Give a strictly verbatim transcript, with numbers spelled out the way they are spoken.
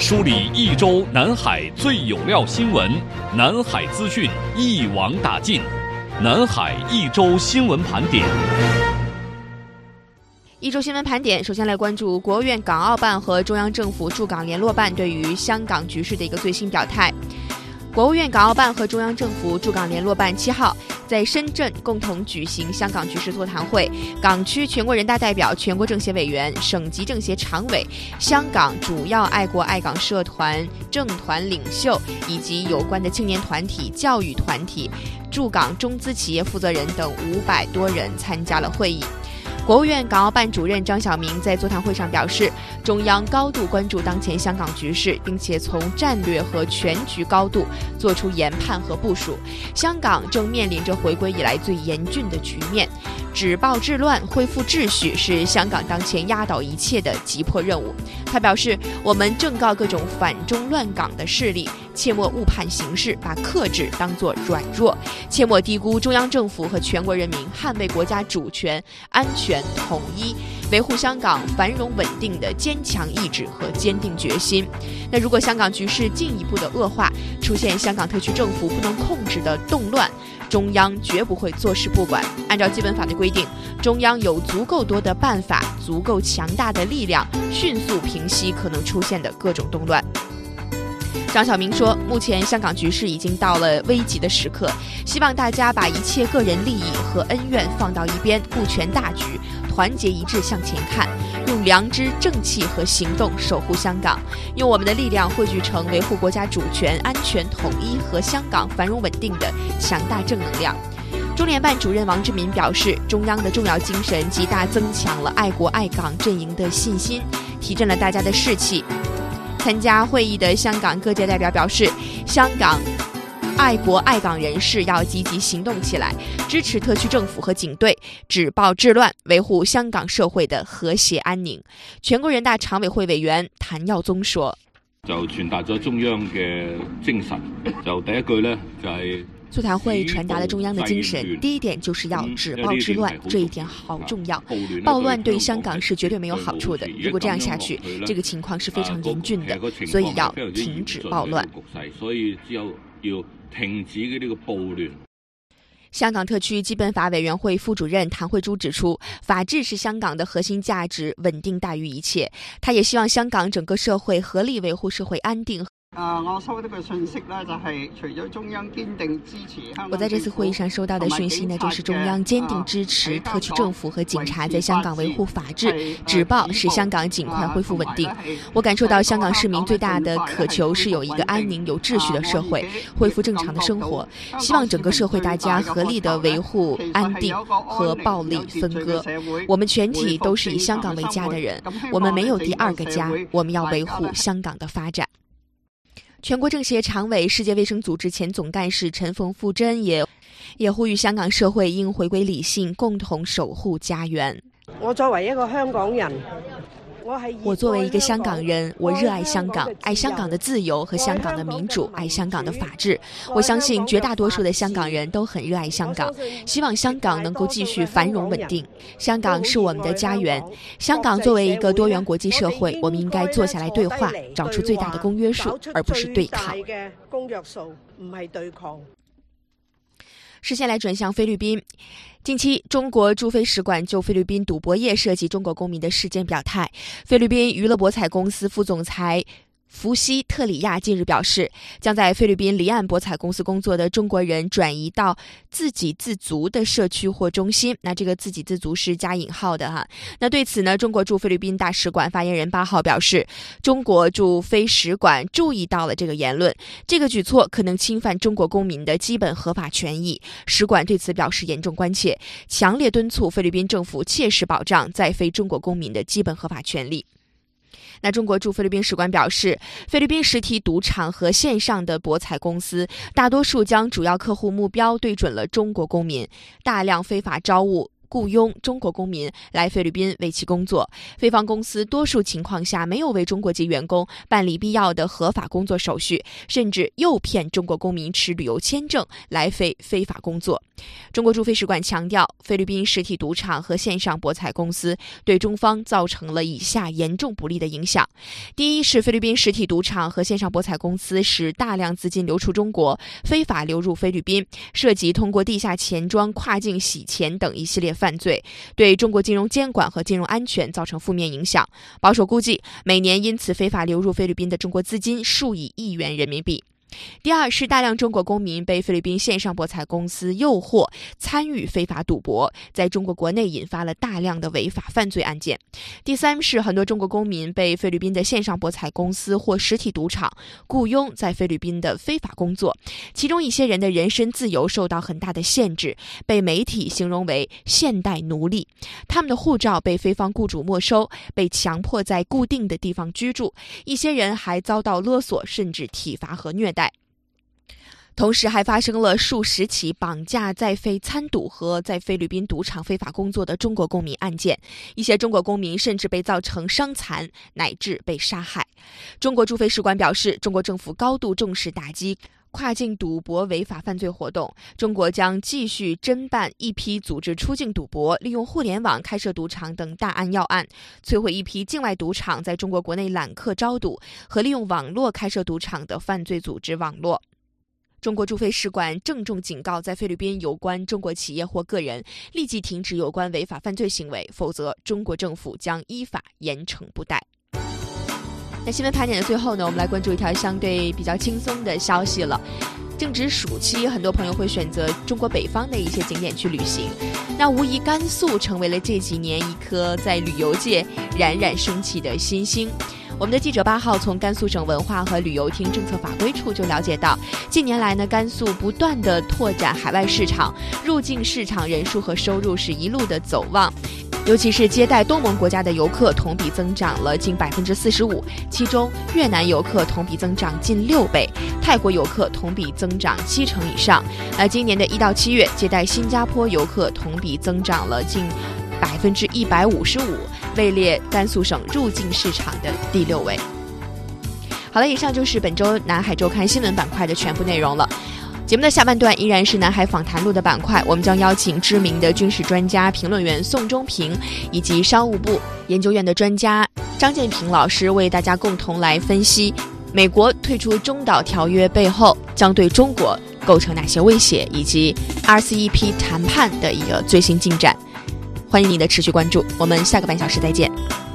梳理一周南海最有料新闻，南海资讯一网打尽，南海一周新闻盘点。 一周新闻盘点，首先来关注国务院港澳办和中央政府驻港联络办对于香港局势的一个最新表态。国务院港澳办和中央政府驻港联络办七号在深圳共同举行香港局势座谈会，港区全国人大代表、全国政协委员、省级政协常委、香港主要爱国爱港社团、政团领袖以及有关的青年团体、教育团体、驻港中资企业负责人等五百多人参加了会议。国务院港澳办主任张晓明在座谈会上表示，中央高度关注当前香港局势，并且从战略和全局高度做出研判和部署。香港正面临着回归以来最严峻的局面，止暴制乱、恢复秩序是香港当前压倒一切的急迫任务。他表示，我们正告各种反中乱港的势力，切莫误判形势，把克制当作软弱，切莫低估中央政府和全国人民捍卫国家主权、安全、统一、维护香港繁荣稳定的坚强意志和坚定决心。那如果香港局势进一步的恶化，出现香港特区政府不能控制的动乱，中央绝不会坐视不管。按照基本法的规定，中央有足够多的办法、足够强大的力量，迅速平息可能出现的各种动乱。张晓明说，目前香港局势已经到了危急的时刻，希望大家把一切个人利益和恩怨放到一边，顾全大局，团结一致向前看，用良知、正气和行动守护香港，用我们的力量汇聚成维护国家主权、安全、统一和香港繁荣稳定的强大正能量。中联办主任王志民表示，中央的重要精神极大增强了爱国爱港阵营的信心，提振了大家的士气。参加会议的香港各界代表表示，香港爱国爱港人士要积极行动起来，支持特區政府和警隊止暴制亂，維護香港社會的和諧安寧。全國人大常委會委員譚耀宗說， 就傳達咗中央嘅精神，就第一句呢就係座談會傳達了中央的精神，第一點就是要止暴制亂，這一點好重要。暴亂對香港是絕對沒有好處的，如果這樣下去，這個情況是非常嚴峻的，所以要停止暴亂。 所以只有要停止呢個暴亂。 香港特區基本法委員會副主任譚慧珠指出，法治是香港的核心價值，穩定大於一切。他也希望香港整個社會合力維護社會安定。 啊！我收到嘅信息呢，就係除咗中央堅定支持香港， 我在這次會議上收到的訊息呢，就是中央堅定支持特區政府和警察在香港維護法治、止暴，使香港盡快恢復穩定。我感受到香港市民最大的渴求是有一個安寧、有秩序的社會，恢復正常的生活。希望整個社會大家合力的維護安定和暴力分割。我們全體都是以香港為家的人，我們沒有第二個家，我們要維護香港的發展。全國政協常委、世界衛生組織前總幹事陳馮富珍也也呼籲香港社會應回歸理性，共同守護家園。 我作為一個香港人， 我作為一個香港人，我熱愛香港，愛香港的自由和香港的民主，愛香港的法治。我相信絕大多數的香港人都很熱愛香港，希望香港能夠繼續繁榮穩定。香港是我們的家園，香港作為一個多元國際社會，我們應該坐下來對話，找出最大的公約數，而不是對抗。視線來轉向菲律賓。近期，中國駐菲使館就菲律賓賭博業涉及中國公民的事件表態。菲律賓娛樂博彩公司副總裁福西特里亞近日表示，將在菲律賓離岸博彩公司工作的中國人轉移到自給自足的社區或中心。那這個自給自足是加引號的哈。那對此呢，中國駐菲律賓大使館發言人八號表示，中國駐菲使館注意到了這個言論，這個舉措可能侵犯中國公民的基本合法權益。使館對此表示嚴重關切，強烈敦促菲律賓政府切實保障在菲中國公民的基本合法權利。那中國駐菲律賓使館表示，菲律賓實體賭場和線上的博彩公司大多數將主要客戶目標對準了中國公民，大量非法招募雇傭中國公民來菲律賓為其工作，菲方公司多數情況下沒有為中國籍員工辦理必要的合法工作手續，甚至誘騙中國公民持旅遊簽證來菲非法工作。 中国驻菲使馆强调，菲律宾实体赌场和线上博彩公司对中方造成了以下严重不利的影响。第一是菲律宾实体赌场和线上博彩公司使大量资金流出中国，非法流入菲律宾，涉及通过地下钱庄跨境洗钱等一系列犯罪，对中国金融监管和金融安全造成负面影响。保守估计，每年因此非法流入菲律宾的中国资金数以亿元人民币。第二是大量中国公民被菲律宾线上博彩公司诱惑参与非法赌博，在中国国内引发了大量的违法犯罪案件。第三是很多中国公民被菲律宾的线上博彩公司或实体赌场雇佣在菲律宾的非法工作，其中一些人的人身自由受到很大的限制，被媒体形容为现代奴隶。他们的护照被非方雇主没收，被强迫在固定的地方居住，一些人还遭到勒索甚至体罚和虐待。同时还发生了数十起绑架在菲参赌和在菲律宾赌场非法工作的中国公民案件，一些中国公民甚至被造成伤残乃至被杀害。中国驻菲使馆表示，中国政府高度重视打击跨境赌博违法犯罪活动，中国将继续侦办一批组织出境赌博、利用互联网开设赌场等大案要案，摧毁一批境外赌场在中国国内揽客招赌和利用网络开设赌场的犯罪组织网络。中国驻菲使馆郑重警告在菲律宾有关中国企业或个人立即停止有关违法犯罪行为，否则中国政府将依法严惩不贷。那新闻盘点的最后呢，我们来关注一条相对比较轻松的消息了。正值暑期，很多朋友会选择中国北方的一些景点去旅行，那无疑甘肃成为了这几年一颗在旅游界冉冉升起的新星。我们的记者八号从甘肃省文化和旅游厅政策法规处就了解到，近年来呢，甘肃不断的拓展海外市场，入境市场人数和收入是一路的走旺。尤其是接待东盟国家的游客同比增长了近百分之四十五，其中越南游客同比增长近六倍，泰国游客同比增长七成以上。而今年的一到七月，接待新加坡游客同比增长了近百分之一百五十五，位列甘肃省入境市场的第六位。好了，以上就是本周南海周刊新闻板块的全部内容了。节目的下半段依然是南海访谈录的板块，我们将邀请知名的军事专家、评论员宋忠平以及商务部研究院的专家张建平老师为大家共同来分析美国退出中导条约背后将对中国构成哪些威胁，以及 R C E P 谈判的一个最新进展。欢迎您的持续关注，我们下个半小时再见。